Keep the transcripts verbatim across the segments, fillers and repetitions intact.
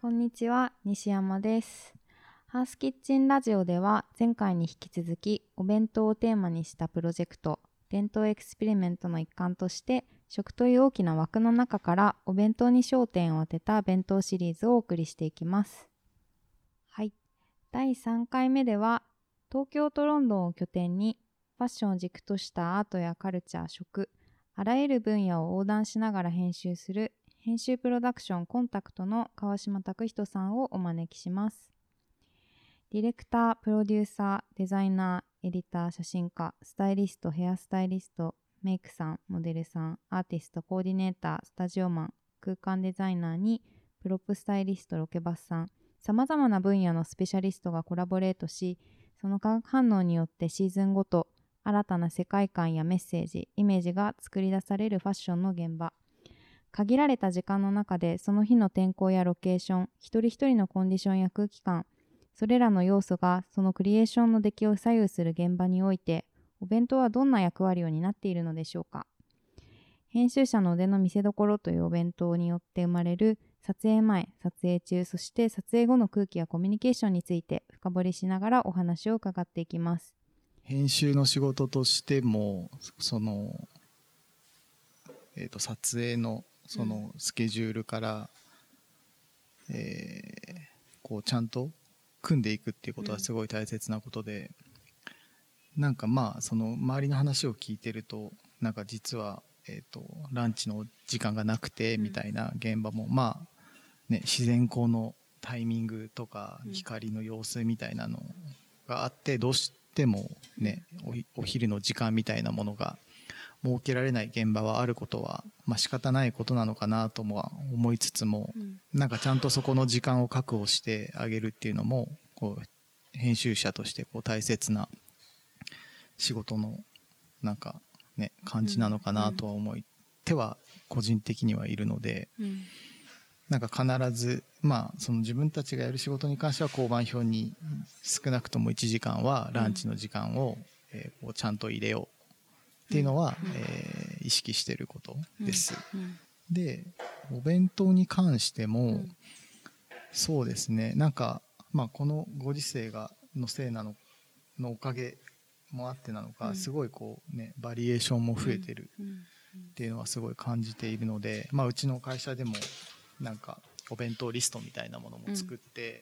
こんにちは、西山です。ハースキッチンラジオでは前回に引き続きお弁当をテーマにしたプロジェクト伝統エクスペリメントの一環として食という大きな枠の中からお弁当に焦点を当てた弁当シリーズをお送りしていきます。はい、だいさんかいめでは東京とロンドンを拠点にファッションを軸としたアートやカルチャー、食、あらゆる分野を横断しながら編集する編集プロダクションコンタクトの川島拓人さんをお招きします。ディレクター、プロデューサー、デザイナー、エディター、写真家、スタイリスト、ヘアスタイリスト、メイクさん、モデルさん、アーティスト、コーディネーター、スタジオマン、空間デザイナーにプロップスタイリスト、ロケバスさん、さまざまな分野のスペシャリストがコラボレートし、その化学反応によってシーズンごと新たな世界観やメッセージ、イメージが作り出されるファッションの現場。限られた時間の中でその日の天候やロケーション、一人一人のコンディションや空気感、それらの要素がそのクリエーションの出来を左右する現場において、お弁当はどんな役割を担っているのでしょうか。編集者の腕の見せ所というお弁当によって生まれる撮影前、撮影中、そして撮影後の空気やコミュニケーションについて深掘りしながらお話を伺っていきます。 編集の仕事としても、その、えーと、撮影のそのスケジュールから、うん、えー、こうちゃんと組んでいくっていうことはすごい大切なことで、うん、なんかまあその周りの話を聞いてるとなんか実は、えーと、ランチの時間がなくてみたいな現場も、うん、まあね、自然光のタイミングとか光の様子みたいなのがあってどうしてもね、お昼の時間みたいなものが設けられない現場はあることは、まあ、仕方ないことなのかなとも思いつつも、うん、なんかちゃんとそこの時間を確保してあげるっていうのもこう編集者としてこう大切な仕事のなんかね感じなのかなとは思っては個人的にはいるので、うん、なんか必ずまあその自分たちがやる仕事に関しては交番表に少なくともいちじかんはランチの時間を、うんえー、こうちゃんと入れようっていうのは、うんえー、意識していることです、うんうん、でお弁当に関しても、うん、そうですねなんか、まあ、このご時世がのせいなののおかげもあってなのか、うん、すごいこう、ね、バリエーションも増えてるっていうのはすごい感じているので、まあ、うちの会社でもなんかお弁当リストみたいなものも作って、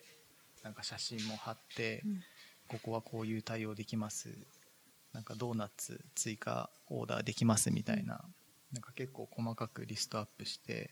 うん、なんか写真も貼って、うん、ここはこういう対応できますなんかドーナツ追加オーダーできますみたいな、なんか結構細かくリストアップして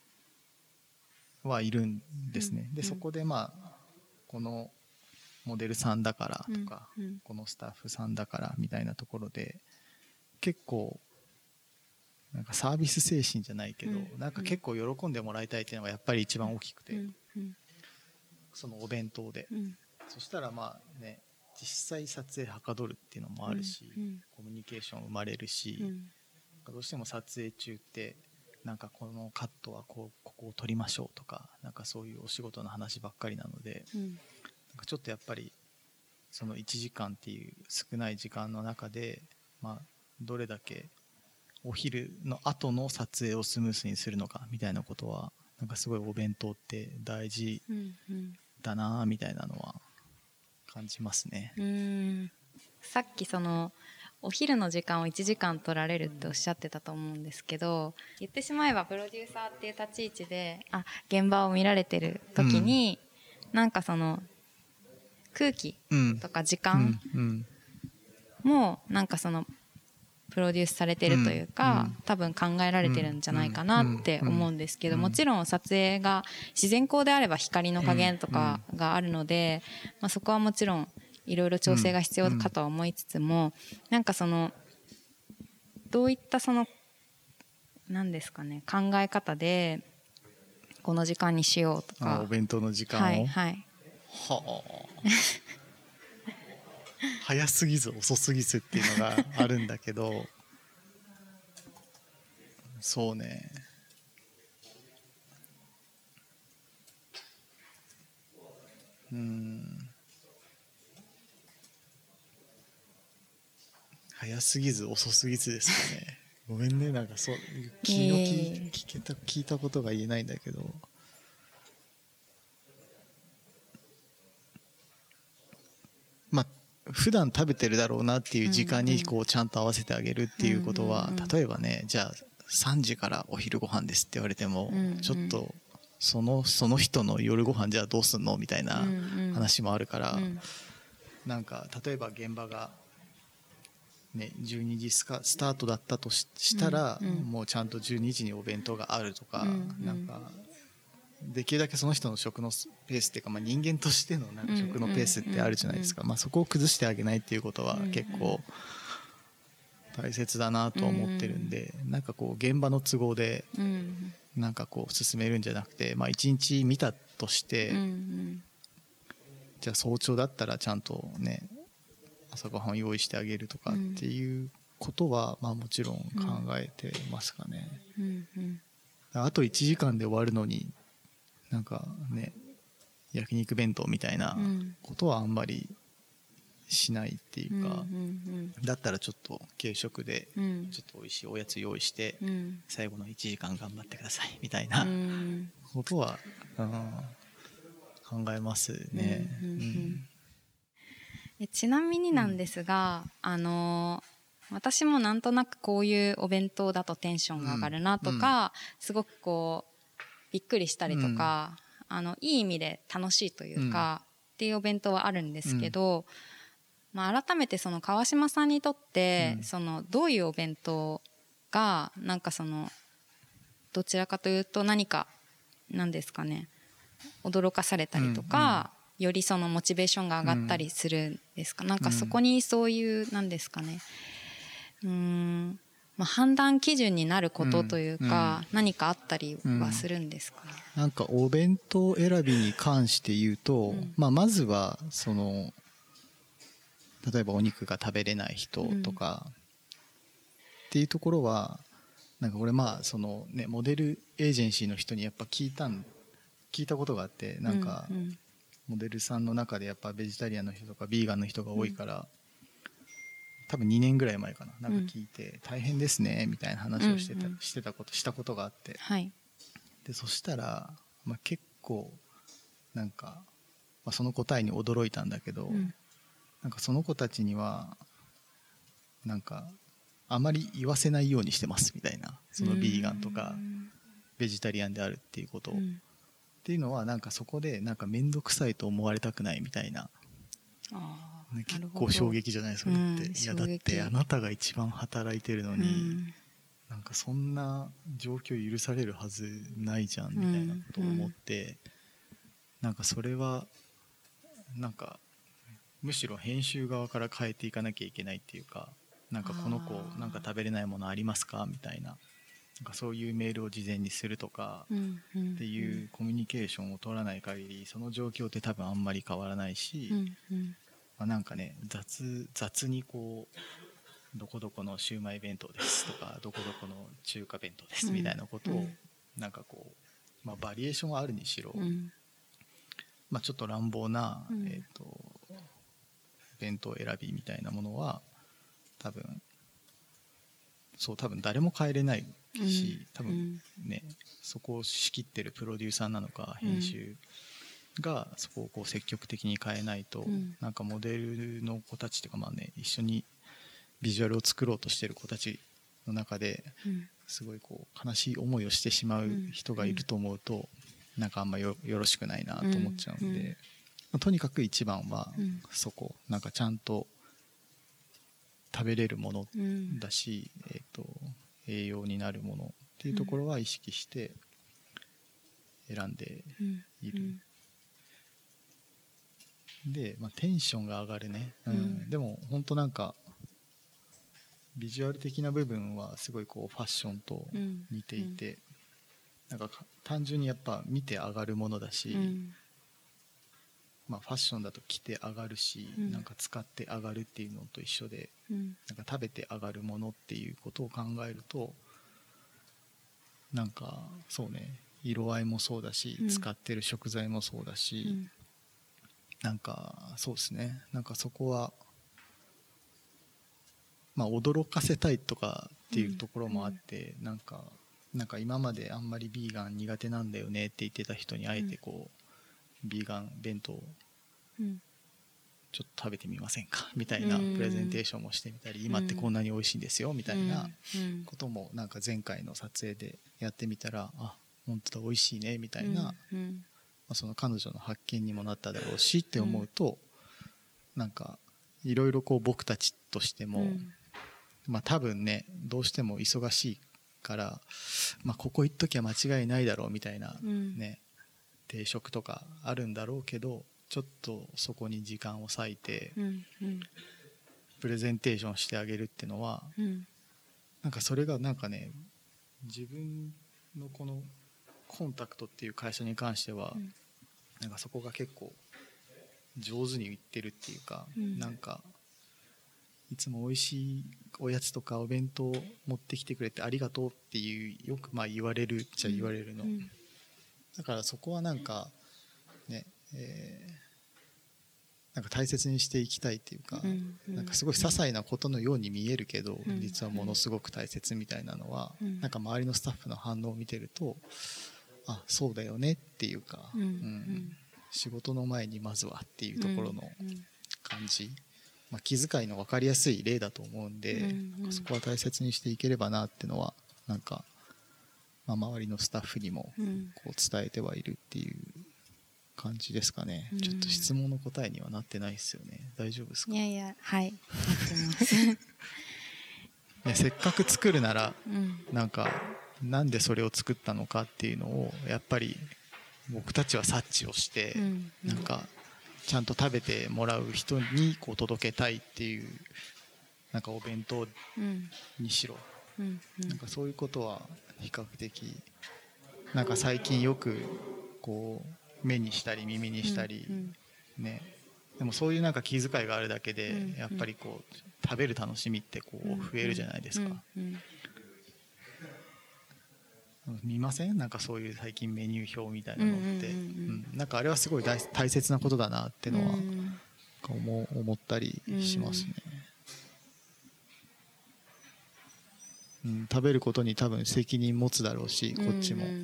はいるんですね、うん、でそこでまあこのモデルさんだからとか、うん、このスタッフさんだからみたいなところで結構なんかサービス精神じゃないけど、うん、なんか結構喜んでもらいたいっていうのがやっぱり一番大きくて、うんうん、そのお弁当で、うん、そしたらまあね実際撮影はかどるっていうのもあるし、うんうん、コミュニケーション生まれるし、うん、どうしても撮影中ってなんかこのカットはこうここを撮りましょうとかなんかそういうお仕事の話ばっかりなので、うん、なんかちょっとやっぱりそのいちじかんっていう少ない時間の中で、まあ、どれだけお昼の後の撮影をスムースにするのかみたいなことはなんかすごいお弁当って大事だなみたいなのは感じますね。 うーんさっきそのお昼の時間をいちじかん取られるっておっしゃってたと思うんですけど、言ってしまえばプロデューサーっていう立ち位置であ現場を見られてる時に、うん、なんかその空気とか時間もなんかそのプロデュースされてるというか、うん、多分考えられてるんじゃないかなって思うんですけど、もちろん撮影が自然光であれば光の加減とかがあるので、まあ、そこはもちろんいろいろ調整が必要かとは思いつつも、なんかそのどういったその何ですかね考え方でこの時間にしようとか、 あお弁当の時間をはいはいはあ早すぎず遅すぎずっていうのがあるんだけどそうねうん早すぎず遅すぎずですかねごめんねなんかそう気の利い、聞けた聞いたことが言えないんだけど普段食べてるだろうなっていう時間にこうちゃんと合わせてあげるっていうことは、例えばね、じゃあさんじからお昼ご飯ですって言われても、ちょっとそのその人の夜ご飯じゃあどうすんのみたいな話もあるから、なんか例えば現場がね、じゅうにじスタートだったと し, したら、うんうん、もうちゃんとじゅうにじにお弁当があるとか、うんうん、なんかできるだけその人の食のペースっていうか、まあ、人間としてのなんか食のペースってあるじゃないですか、まあ、そこを崩してあげないっていうことは結構大切だなと思ってるんで、なんかこう現場の都合でなんかこう進めるんじゃなくて、まあ、いちにち見たとして、じゃあ早朝だったらちゃんとね朝ごはんを用意してあげるとかっていうことは、まあ、もちろん考えてますかね、うんうんうん、あといちじかんで終わるのになんかね焼肉弁当みたいなことはあんまりしないっていうか、うんうんうん、だったらちょっと軽食でちょっと美味しいおやつ用意して、うん、最後のいちじかん頑張ってくださいみたいなことは、うん、考えますね、うんうんうんうん、ちなみになんですが、うん、あの私もなんとなくこういうお弁当だとテンションが上がるなとか、うん、すごくこうびっくりしたりとか、うん、あのいい意味で楽しいというか、うん、っていうお弁当はあるんですけど、うん、まあ、改めてその川島さんにとって、うん、そのどういうお弁当がなんかそのどちらかというと何か何ですかね驚かされたりとか、うんうんよりそのモチベーションが上がったりするんですか、うん、なんかそこにそういうなんですかねうーん、まあ、判断基準になることというか、うん、何かあったりはするんですかね、 うん、なんかお弁当選びに関して言うと、うん、まあ、まずはその例えばお肉が食べれない人とか、っていうところはなんか俺まあそのねモデルエージェンシーの人にやっぱ聞いたん聞いたことがあって、なんか、うんうんモデルさんの中でやっぱベジタリアンの人とかビーガンの人が多いから、うん、多分にねんぐらい前かななんか聞いて、うん、大変ですねみたいな話をしてた、うんうん、してたことしたことがあって、はい、でそしたら、まあ、結構なんか、まあ、その答えに驚いたんだけど、うん、なんかその子たちにはなんかあまり言わせないようにしてますみたいな、そのビーガンとかベジタリアンであるっていうことを、うんっていうのはなんかそこでなんか面倒くさいと思われたくないみたいな、あー、結構衝撃じゃないそれって、うん、いやだってあなたが一番働いてるのに、うん、なんかそんな状況許されるはずないじゃんみたいなことを思って、うん、なんかそれはなんかむしろ編集側から変えていかなきゃいけないっていうか、なんかこの子なんか食べれないものありますかみたいな、なんかそういうメールを事前にするとかっていうコミュニケーションを取らない限りその状況って多分あんまり変わらないし、うんうんまあ、なんかね 雑, 雑にこうどこどこのシウマイ弁当ですとかどこどこの中華弁当ですみたいなことをなんかこう、まあ、バリエーションはあるにしろ、うんまあ、ちょっと乱暴な、うんえーと、弁当選びみたいなものは多分そう多分誰も変えれないし、多分ね、うん、そこを仕切ってるプロデューサーなのか編集がそこをこう積極的に変えないと、うん、なんかモデルの子たちというかまあね一緒にビジュアルを作ろうとしてる子たちの中ですごいこう悲しい思いをしてしまう人がいると思うと、なんかあんま よ, よろしくないなと思っちゃうんで、うんまあ、とにかく一番はそこなんかちゃんと食べれるものだし、うんえーと栄養になるものっていうところは意識して選んでいる、うんうん、で、まあ、テンションが上がるね、うんうん、でも本当なんかビジュアル的な部分はすごいこうファッションと似ていて、うん、なんか単純にやっぱ見て上がるものだし、うんまあ、ファッションだと着て上がるし、うん、なんか使って上がるっていうのと一緒で、うん、なんか食べて上がるものっていうことを考えるとなんかそうね色合いもそうだし、うん、使ってる食材もそうだし、うん、なんかそうですねなんかそこはまあ驚かせたいとかっていうところもあって、うん、なんかなんか今まであんまりビーガン苦手なんだよねって言ってた人にあえてこう、ビーガン弁当ちょっと食べてみませんかみたいなプレゼンテーションもしてみたり、今ってこんなに美味しいんですよみたいなこともなんか前回の撮影でやってみたら、あ、本当だ美味しいねみたいな、まあ、その彼女の発見にもなっただろうしって思うと、なんかいろいろこう僕たちとしても、まあ多分ねどうしても忙しいから、まあ、ここ行っときゃ間違いないだろうみたいなね、定食とかあるんだろうけど、ちょっとそこに時間を割いてプレゼンテーションしてあげるっていうのは、なんかそれがなんかね、自分のこのコンタクトっていう会社に関してはなんかそこが結構上手にいってるっていうか、なんかいつも美味しいおやつとかお弁当を持ってきてくれてありがとうっていうよくまあ言われるっちゃ言われるの、だからそこはなんかね、えーなんか大切にしていきたいっていうか、うんうん、なんかすごい些細なことのように見えるけど、うん、実はものすごく大切みたいなのは、うん、なんか周りのスタッフの反応を見てると、あ、そうだよねっていうか、うんうん、仕事の前にまずはっていうところの感じ、まあ、気遣いの分かりやすい例だと思うんで、うんうん、そこは大切にしていければなっていうのはなんか、まあ、周りのスタッフにもこう伝えてはいるっていう感じですかね、うん、ちょっと質問の答えにはなってないですよね。大丈夫ですか？ いやいや、はい、なってますね、せっかく作るなら、うん、なんかなんでそれを作ったのかっていうのをやっぱり僕たちは察知をして、うんうん、なんかちゃんと食べてもらう人にこう届けたいっていう、なんかお弁当にしろ、うんうん、なんかそういうことは比較的なんか最近よくこう目にしたり耳にしたり、うんうん、ね、でもそういうなんか気遣いがあるだけで、うんうん、やっぱりこう食べる楽しみってこう増えるじゃないですか、うんうんうん、見ません？なんかそういう最近メニュー表みたいなのって、うんうんうんうん、なんかあれはすごい 大, 大切なことだなってのは思, 思ったりしますね、うんうん、食べることに多分責任持つだろうし、こっちも、うんうんうん、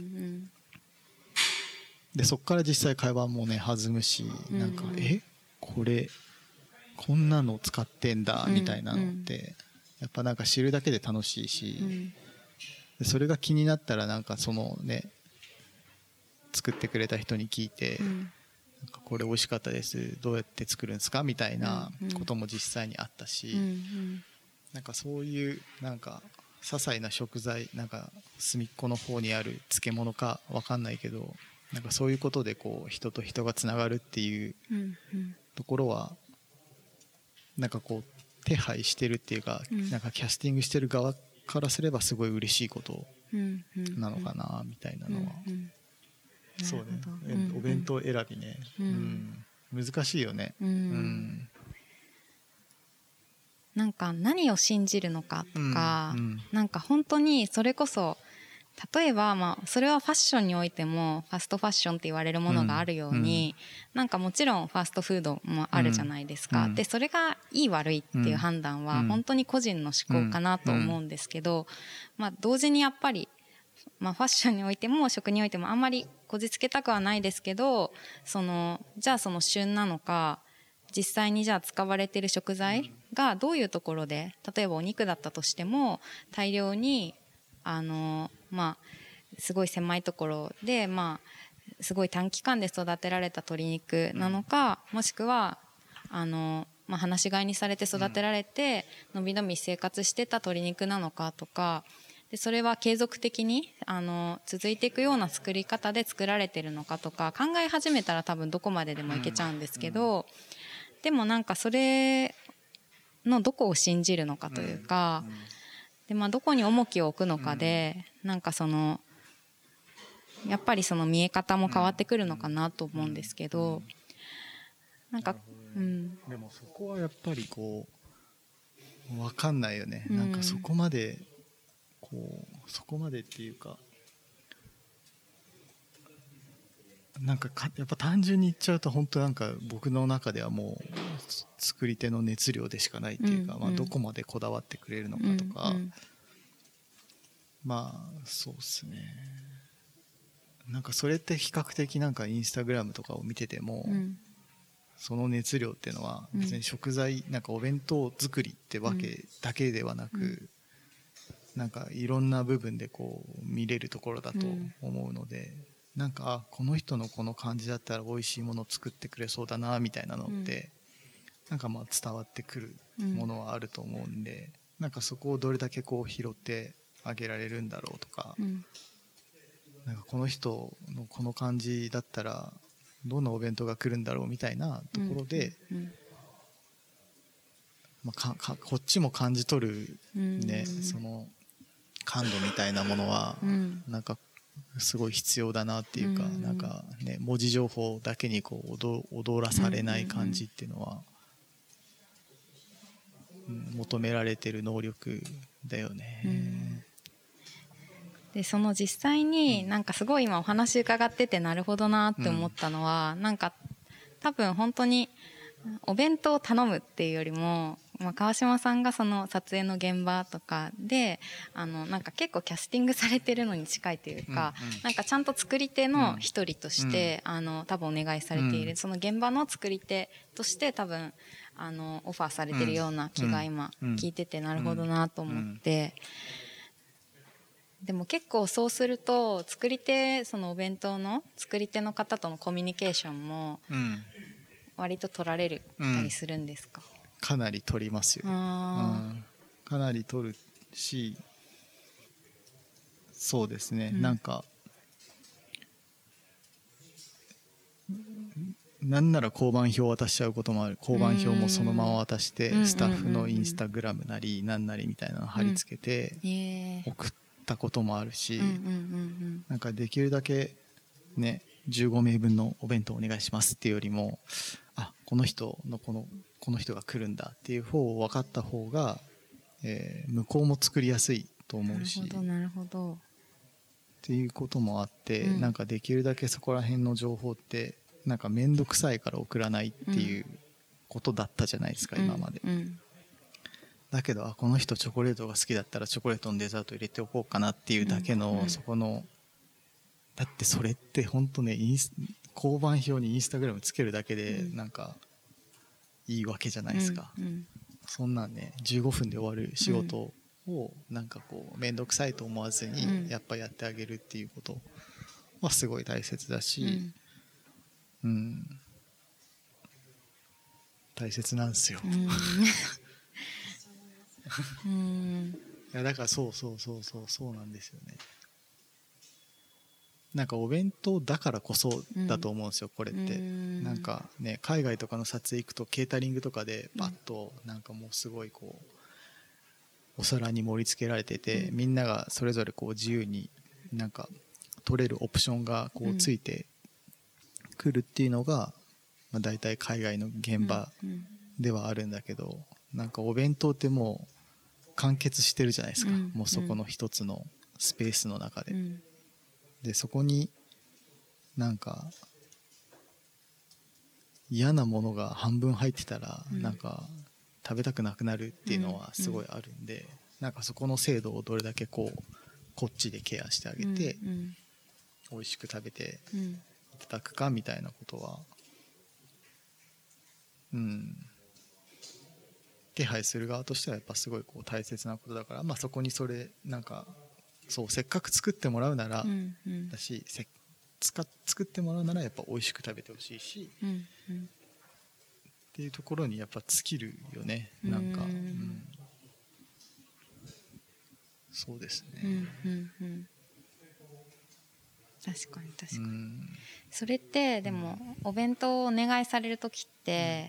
でそこから実際会話もね弾むし、なんか、うんうん、えこれこんなの使ってんだみたいなのって、うんうん、やっぱなんか知るだけで楽しいし、うん、でそれが気になったらなんかそのね作ってくれた人に聞いて、うん、なんかこれ美味しかったですどうやって作るんですかみたいなことも実際にあったし、うんうん、なんかそういうなんか些細な食材、なんか隅っこの方にある漬物か分かんないけど、なんかそういうことでこう人と人がつながるっていうところはなんかこう手配してるっていうか、なんかキャスティングしてる側からすればすごい嬉しいことなのかなみたいなのは、そうね、お弁当選びね、うん、難しいよね、うんうん、 なんか何を信じるのかとか、うんうん、なんか本当にそれこそ例えばまあそれはファッションにおいてもファストファッションって言われるものがあるように、うん、なんかもちろんファストフードもあるじゃないですか、うん、でそれがいい悪いっていう判断は本当に個人の思考かなと思うんですけど、まあ同時にやっぱりまあファッションにおいても食においてもあんまりこじつけたくはないですけど、そのじゃあその旬なのか実際にじゃあ使われている食材がどういうところで、例えばお肉だったとしても大量にあのまあすごい狭いところでまあすごい短期間で育てられた鶏肉なのか、もしくはあのまあ放し飼いにされて育てられてのびのび生活してた鶏肉なのかとかで、それは継続的にあの続いていくような作り方で作られてるのかとか考え始めたら多分どこまででもいけちゃうんですけど、でもなんかそれのどこを信じるのかというか、でまあどこに重きを置くのかで、なんかそのやっぱりその見え方も変わってくるのかなと思うんですけど、なんか、うん、 でもそこはやっぱりこう分かんないよね、うん、なんかそこまでこうそこまでっていうかなんかかやっぱ単純に言っちゃうと本当なんか僕の中ではもう作り手の熱量でしかないっていうか、うんうん、まあ、どこまでこだわってくれるのかとか、うんうん、まあそうですね、なんかそれって比較的なんかインスタグラムとかを見てても、うん、 その熱量っていうのは別に食材、なんかお弁当作りってわけだけではなく、うん、なんかいろんな部分でこう見れるところだと思うので、うん、なんかこの人のこの感じだったら美味しいものを作ってくれそうだなみたいなのって、うん、なんかまあ伝わってくるものはあると思うんで、うん、なんかそこをどれだけこう拾ってあげられるんだろうとか、うん、なんかこの人のこの感じだったらどんなお弁当が来るんだろうみたいなところで、うんうん、まあ、かかこっちも感じ取る、ね、うん、その感度みたいなものは、うん、なんかすごい必要だなっていうか、うん、なんかね、文字情報だけにこう 踊, 踊らされない感じっていうのは、うんうんうん、求められてる能力だよね。うん、 でその実際になんかすごい今お話伺っててなるほどなって思ったのは、うん、なんか多分本当にお弁当を頼むっていうよりも、まあ、川島さんがその撮影の現場とかであのなんか結構キャスティングされてるのに近いというか、うんうん、なんかちゃんと作り手の一人として、うん、あの多分お願いされている、うん、その現場の作り手として多分あのオファーされてるような気が今聞いててなるほどなと思って、でも結構そうすると作り手そのお弁当の作り手の方とのコミュニケーションも割と取られるたりするんですか？ うん、かなり取りますよ、うん、かなり取るし、そうですね、うん、なんかなんなら交番表渡しちゃうこともある。交番表もそのまま渡してスタッフのインスタグラムなりなんなりみたいなの貼り付けて送ったこともあるし、なんかできるだけねじゅうごめいぶんのお弁当お願いしますっていうよりも、あ、この人のこのこの人が来るんだっていう方を分かった方が、えー、向こうも作りやすいと思うし、 なるほどなるほどっていうこともあって、うん、なんかできるだけそこら辺の情報ってなんか面倒くさいから送らないっていうことだったじゃないですか、うん、今まで、うん、だけどあこの人チョコレートが好きだったらチョコレートのデザート入れておこうかなっていうだけの、うん、そこのだってそれって本当ねインス交番表にインスタグラムつけるだけでなんかいいわけじゃないですか、うんうん、そんなんねじゅうごふんで終わる仕事をなんかこう面倒くさいと思わずにやっぱやってあげるっていうことはすごい大切だし、うんうん、大切なんですよ、うん、いやだからそうそうそうそうそうなんですよね。なんかお弁当だからこそだと思うんですよ、うん、これって、うん、なんかね海外とかの撮影行くとケータリングとかでバッとなんかもうすごいこうお皿に盛り付けられてて、うん、みんながそれぞれこう自由になんか取れるオプションがこうついてくるっていうのが、まあ、大体海外の現場ではあるんだけど、なんかお弁当ってもう完結してるじゃないですか、うん、もうそこの一つのスペースの中で、うん、でそこになんか嫌なものが半分入ってたら、うん、なんか食べたくなくなるっていうのはすごいあるんで、うんうん、なんかそこの精度をどれだけこうこっちでケアしてあげて、うんうん、美味しく食べていただくかみたいなことは、うん、手配する側としてはやっぱすごいこう大切なことだから、まあ、そこにそれなんかそうせっかく作ってもらうなら、うんうん、だしせ使作ってもらうならやっぱ美味しく食べてほしいし、うんうん、っていうところにやっぱ尽きるよね、なんか、うん、そうですね、うんうんうん、 確かに確かに、うん、それってでもお弁当をお願いされる時って、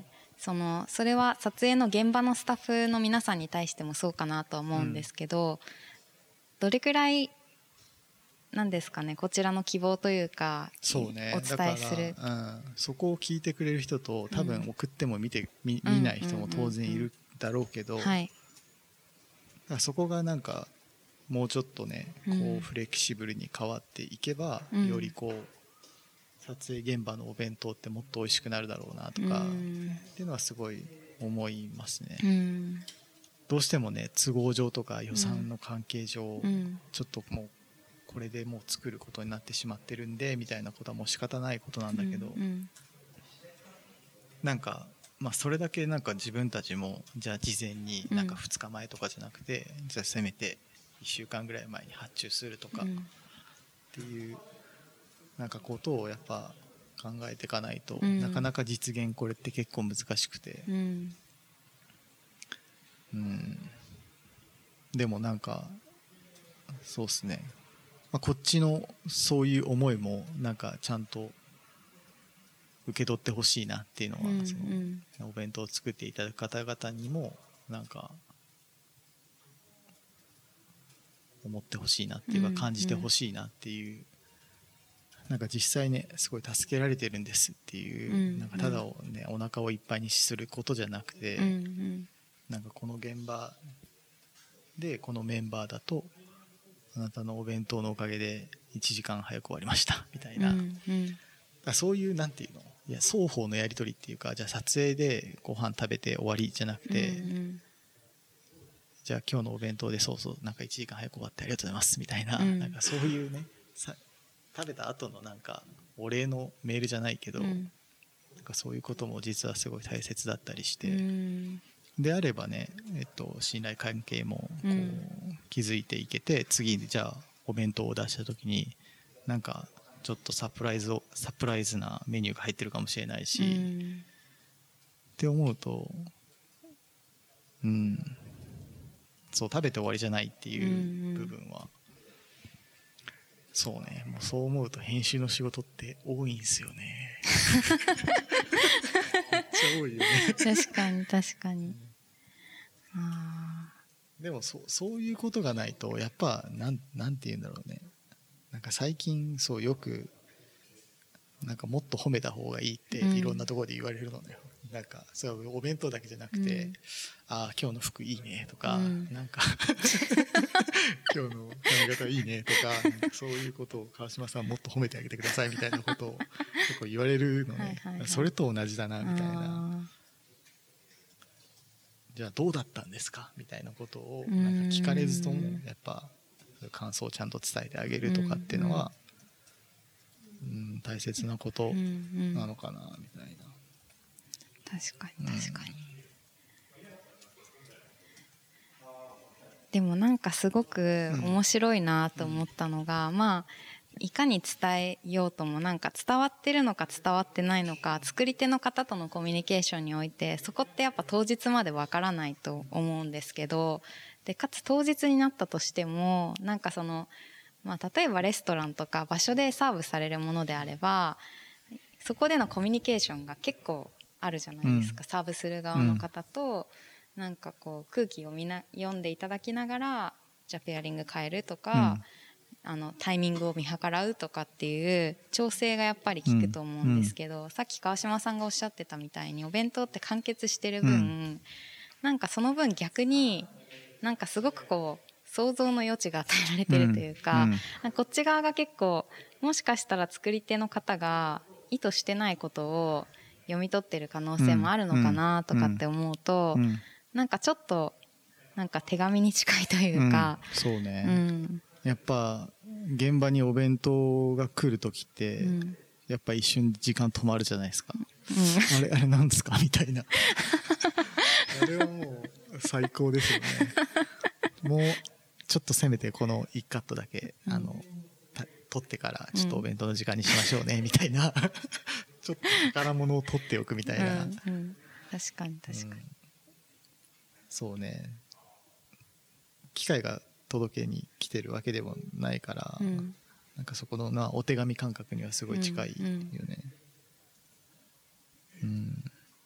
うん、そのそれは撮影の現場のスタッフの皆さんに対してもそうかなとは思うんですけど、うん、どれくらいなんですかね、こちらの希望というかそう、ね、 お伝えする、 だから、うん、そこを聞いてくれる人と多分送っても見て、うん、見, 見ない人も当然いるだろうけど、うんうんうんはい、だからそこがなんかもうちょっとねこうフレキシブルに変わっていけば、うん、よりこう撮影現場のお弁当ってもっと美味しくなるだろうなとか、うん、っていうのはすごい思いますね、うん、どうしてもね都合上とか予算の関係上、うん、ちょっともうこれでもう作ることになってしまってるんでみたいなことはもう仕方ないことなんだけど、うんうん、 なんか、まあ、それだけなんか自分たちもじゃあ事前になんかふつかまえとかじゃなくて、うん、じゃあせめていっしゅうかんぐらい前に発注するとかっていうなんかことをやっぱ考えていかないと、うん、なかなか実現これって結構難しくて、うんうん、でもなんかそうですね、まあ、こっちのそういう思いもなんかちゃんと受け取ってほしいなっていうのは、うんうん、そのお弁当を作っていただく方々にもなんか思ってほしいなっていうか感じてほしいなっていう、うんうん、なんか実際ねすごい助けられてるんですっていう、うんうん、なんかただをねお腹をいっぱいにすることじゃなくて、うんうん、なんかこの現場でこのメンバーだとあなたのお弁当のおかげでいちじかん早く終わりましたみたいな、うんうん、だそういうなんていうのいや双方のやり取りっていうかじゃあ撮影でご飯食べて終わりじゃなくて、うんうん、じゃあ今日のお弁当でそうそうなんかいちじかん早く終わってありがとうございますみたいな、うん、なんかそういうねさ食べた後のなんかお礼のメールじゃないけど、うん、なんかそういうことも実はすごい大切だったりして、うん、であればね、えっと、信頼関係もこう、うん、築いていけて次にじゃあお弁当を出した時になんかちょっとサプライズをサプライズなメニューが入ってるかもしれないし、うん、って思うと、うん、そう食べて終わりじゃないっていう部分は、うん、そうねもうそう思うと編集の仕事って多いんですよねめっちゃ多いよね確かに確かに、うん、 あでもそそういうことがないとやっぱなんなんて言うんだろうねなんか最近そうよくなんかもっと褒めた方がいいっていろんなところで言われるのね、うん、なんかそうお弁当だけじゃなくて、うん、ああ今日の服いいねとか、うん、なんか今日の髪型いいねとか、なんかそういうことを川島さんもっと褒めてあげてくださいみたいなことを結構言われるのねはいはい、はい、それと同じだなみたいなじゃあどうだったんですかみたいなことをなんか聞かれずともやっぱ感想をちゃんと伝えてあげるとかっていうのは、うんうん、大切なことなのかなみたいな、 確かに確かに、うん、でもなんかすごく面白いなと思ったのが、うん、まあいかに伝えようともなんか伝わってるのか伝わってないのか作り手の方とのコミュニケーションにおいてそこってやっぱ当日までわからないと思うんですけどでかつ当日になったとしてもなんかその、まあ、例えばレストランとか場所でサーブされるものであればそこでのコミュニケーションが結構あるじゃないですか、うん、サーブする側の方と、うん、なんかこう空気をみな読んでいただきながらじゃあペアリング変えるとか、うん、あのタイミングを見計らうとかっていう調整がやっぱり効くと思うんですけど、うん、さっき川島さんがおっしゃってたみたいにお弁当って完結してる分、うん、なんかその分逆になんかすごくこう想像の余地が与えられてるというか、うんうん、なんかこっち側が結構もしかしたら作り手の方が意図してないことを読み取ってる可能性もあるのかなとかって思うと、うんうん、なんかちょっとなんか手紙に近いというか、 うん、そうね、うん、やっぱ現場にお弁当が来るときって、うん、やっぱ一瞬時間止まるじゃないですか、うん、あれあれなんですかみたいなあれはもう最高ですよねもうちょっとせめてこのいちカットだけ、うん、あの撮ってからちょっとお弁当の時間にしましょうね、うん、みたいなちょっと宝物を取っておくみたいな、うんうん、 確かに確かに、うん、 そうね機械が届けに来てるわけでもないから、うん、なんかそこのなお手紙感覚にはすごい近いよね、うんうん、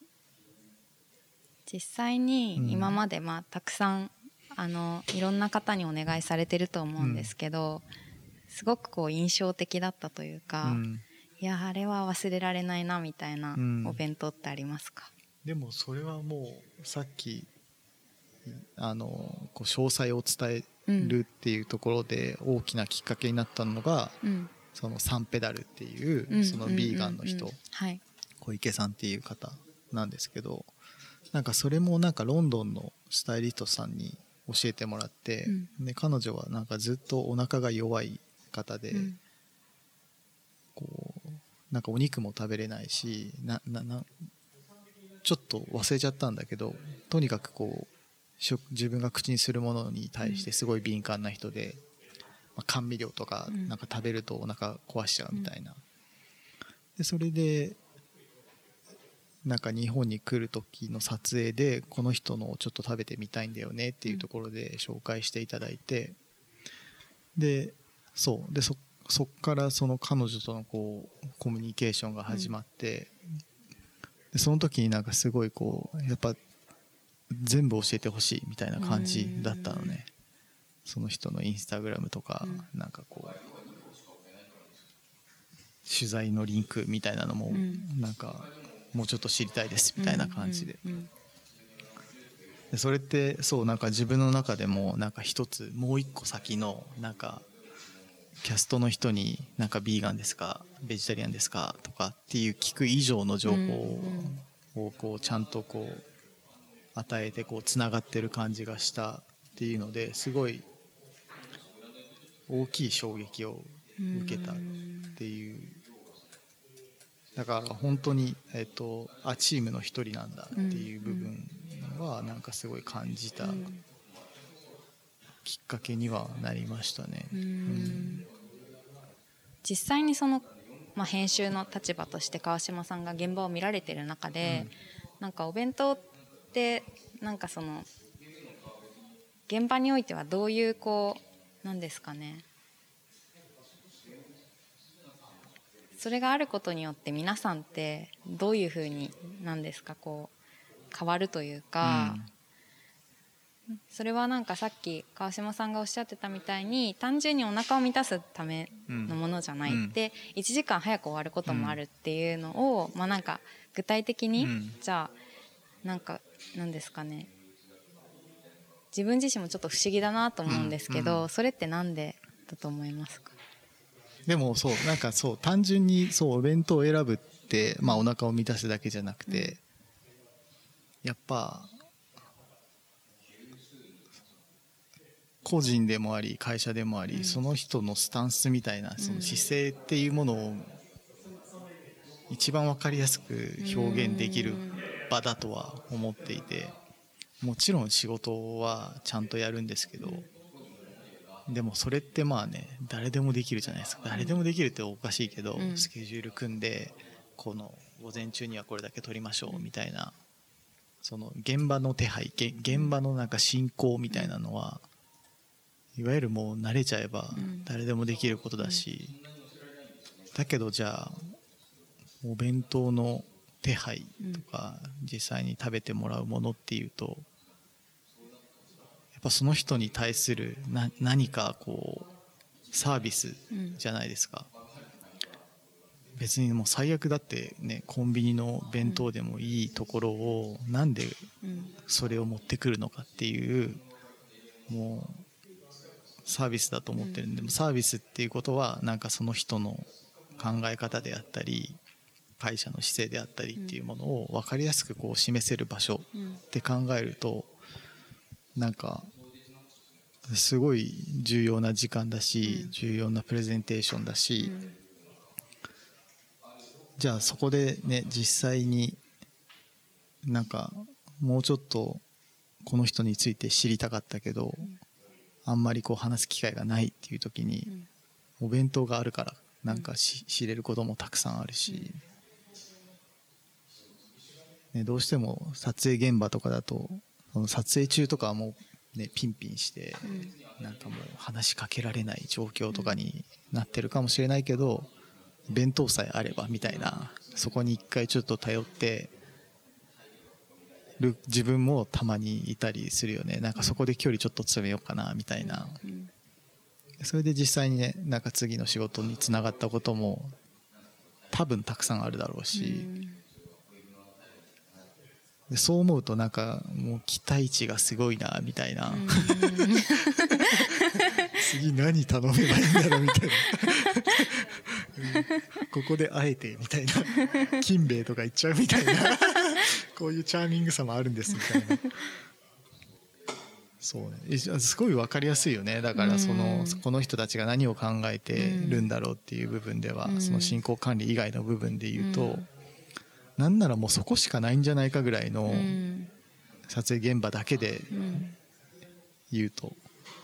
実際に今までまあたくさんあのいろんな方にお願いされてると思うんですけど、うん、すごくこう印象的だったというか、うん、いやあれは忘れられないなみたいなお弁当ってありますか？ うん、でもそれはもうさっきあのこう詳細を伝えるっていうところで大きなきっかけになったのが、うん、そのサンペダルっていうそのビーガンの人、小池さんっていう方なんですけど、なんかそれもなんかロンドンのスタイリストさんに教えてもらって、うん、で彼女はなんかずっとお腹が弱い方で、うん、こうなんかお肉も食べれないしなななちょっと忘れちゃったんだけど、とにかくこう食自分が口にするものに対してすごい敏感な人で、まあ、甘味料とかなんか食べるとお腹壊しちゃうみたいな。でそれでなんか日本に来る時の撮影でこの人のをちょっと食べてみたいんだよねっていうところで紹介していただいて、でそうでそそっからその彼女とのこうコミュニケーションが始まって、でその時になんかすごいこうやっぱ全部教えてほしいみたいな感じだったのね。その人のインスタグラムとか、うん、なんかこう取材のリンクみたいなのも、うん、なんかもうちょっと知りたいですみたいな感じで、うんうんうん、でそれってそうなんか自分の中でもなんか一つもう一個先のなんかキャストの人になんかビーガンですかベジタリアンですかとかっていう聞く以上の情報をこうちゃんとこう与えてこうつながってる感じがしたっていうのですごい大きい衝撃を受けたっていう。だから本当にえっとあチームの一人なんだっていう部分はなんかすごい感じたきっかけにはなりましたね。うん、 実際にその、まあ、編集の立場として川島さんが現場を見られている中で、うん、なんかお弁当ってなんかその現場においてはどういうこうなんですかね、それがあることによって皆さんってどういうふうになんですかこう変わるというか、うん、それはなんかさっき川島さんがおっしゃってたみたいに単純にお腹を満たすためのものじゃない、うん、でいちじかん早く終わることもあるっていうのを、うん、まあなんか具体的に、うん、じゃあなんかなんですかね、自分自身もちょっと不思議だなと思うんですけど、うんうん、それってなんでだと思いますか？ でもそうなんかそう単純にそうお弁当を選ぶって、まあ、お腹を満たすだけじゃなくて、うん、やっぱ個人でもあり会社でもあり、うん、その人のスタンスみたいなその姿勢っていうものを一番分かりやすく表現できる場だとは思っていて、もちろん仕事はちゃんとやるんですけど、でもそれってまあね誰でもできるじゃないですか。誰でもできるっておかしいけど、うん、スケジュール組んでこの午前中にはこれだけ取りましょうみたいな、その現場の手配現場のなんか進行みたいなのは、いわゆるもう慣れちゃえば誰でもできることだし、だけどじゃあお弁当の手配とか実際に食べてもらうものっていうと、やっぱその人に対するな何かこうサービスじゃないですか、うん、別にもう最悪だってねコンビニの弁当でもいいところをなんでそれを持ってくるのかっていうもうサービスだと思ってるんで、うん、サービスっていうことはなんかその人の考え方であったり会社の姿勢であったりっていうものを分かりやすくこう示せる場所って考えると、なんかすごい重要な時間だし、うん、重要なプレゼンテーションだし、うん、じゃあそこでね実際になんかもうちょっとこの人について知りたかったけど、うん、あんまりこう話す機会がないっていう時に、うん、お弁当があるからなんかし、うん、知れることもたくさんあるし、うんね、どうしても撮影現場とかだとその撮影中とかはもうね、ピンピンして、うん、なんかもう話しかけられない状況とかになってるかもしれないけど、弁当さえあればみたいな、そこに一回ちょっと頼ってる自分もたまにいたりするよね。なんかそこで距離ちょっと詰めようかなみたいな、うん、それで実際にねなんか次の仕事につながったことも多分たくさんあるだろうし、うんでそう思うとなんかもう期待値がすごいなみたいな、うん、次何頼めばいいんだろうみたいなここであえてみたいな金兵衛とか言っちゃうみたいなこういうチャーミングさもあるんですみたいな。そうね、すごい分かりやすいよね。だからその、うん、この人たちが何を考えてるんだろうっていう部分では、うん、その進行管理以外の部分で言うと、うんなんならもうそこしかないんじゃないかぐらいのうん撮影現場だけでうん言うと、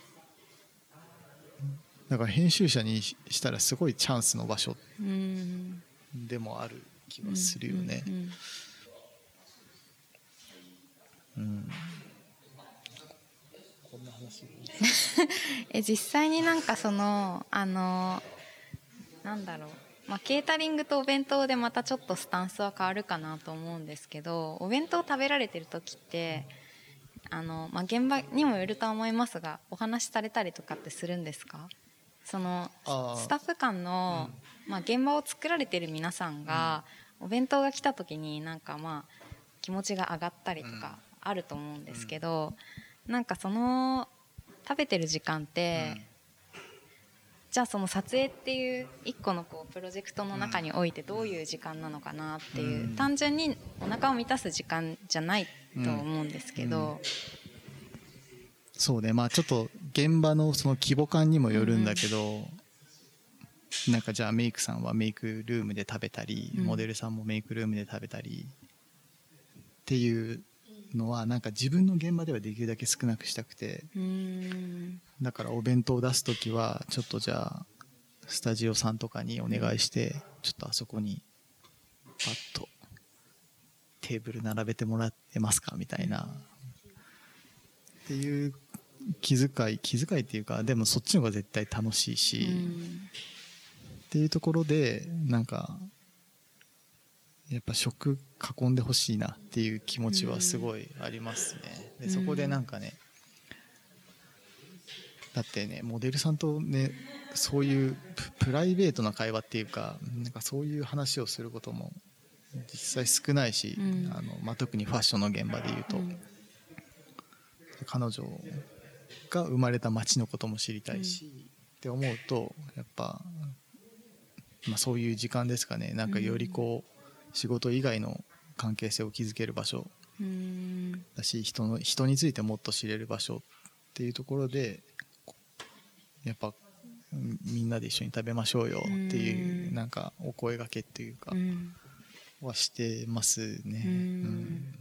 だから編集者にしたらすごいチャンスの場所うんでもある気はするよね。 うんうんうんうん、こんな話え実際になんかそのあのなんだろう、まあ、ケータリングとお弁当でまたちょっとスタンスは変わるかなと思うんですけど、お弁当食べられてる時ってあの、まあ、現場にもよるとは思いますが、お話しされたりとかってするんですか？そのスタッフ間の、まあ、現場を作られてる皆さんが、お弁当が来た時になんかまあ気持ちが上がったりとかあると思うんですけど、なんかその食べてる時間って、うん、じゃあその撮影っていう一個のこうプロジェクトの中においてどういう時間なのかなっていう、うん、単純にお腹を満たす時間じゃないと思うんですけど、うんうん、 そうね、まあちょっと現場のその規模感にもよるんだけど、うんうん、なんかじゃあメイクさんはメイクルームで食べたり、うん、モデルさんもメイクルームで食べたりっていうのはなんか自分の現場ではできるだけ少なくしたくて、うーん、だからお弁当を出すときはちょっとじゃあスタジオさんとかにお願いして、うん、ちょっとあそこにパッとテーブル並べてもらってますかみたいな、うん、っていう気遣い気遣いっていうか、でもそっちの方が絶対楽しいし、うん、っていうところでなんかやっぱ食囲んでほしいなっていう気持ちはすごいありますね。でそこでなんかね、だってねモデルさんとねそういうプライベートな会話っていうか、なんかそういう話をすることも実際少ないし、うん、あのまあ、特にファッションの現場でいうと、うん、彼女が生まれた街のことも知りたいし、うん、って思うとやっぱ、まあ、そういう時間ですかね、なんかよりこう、うん、仕事以外の関係性を築ける場所だし、人の人についてもっと知れる場所っていうところでやっぱみんなで一緒に食べましょうよっていうなんかお声掛けっていうかはしてますね。うん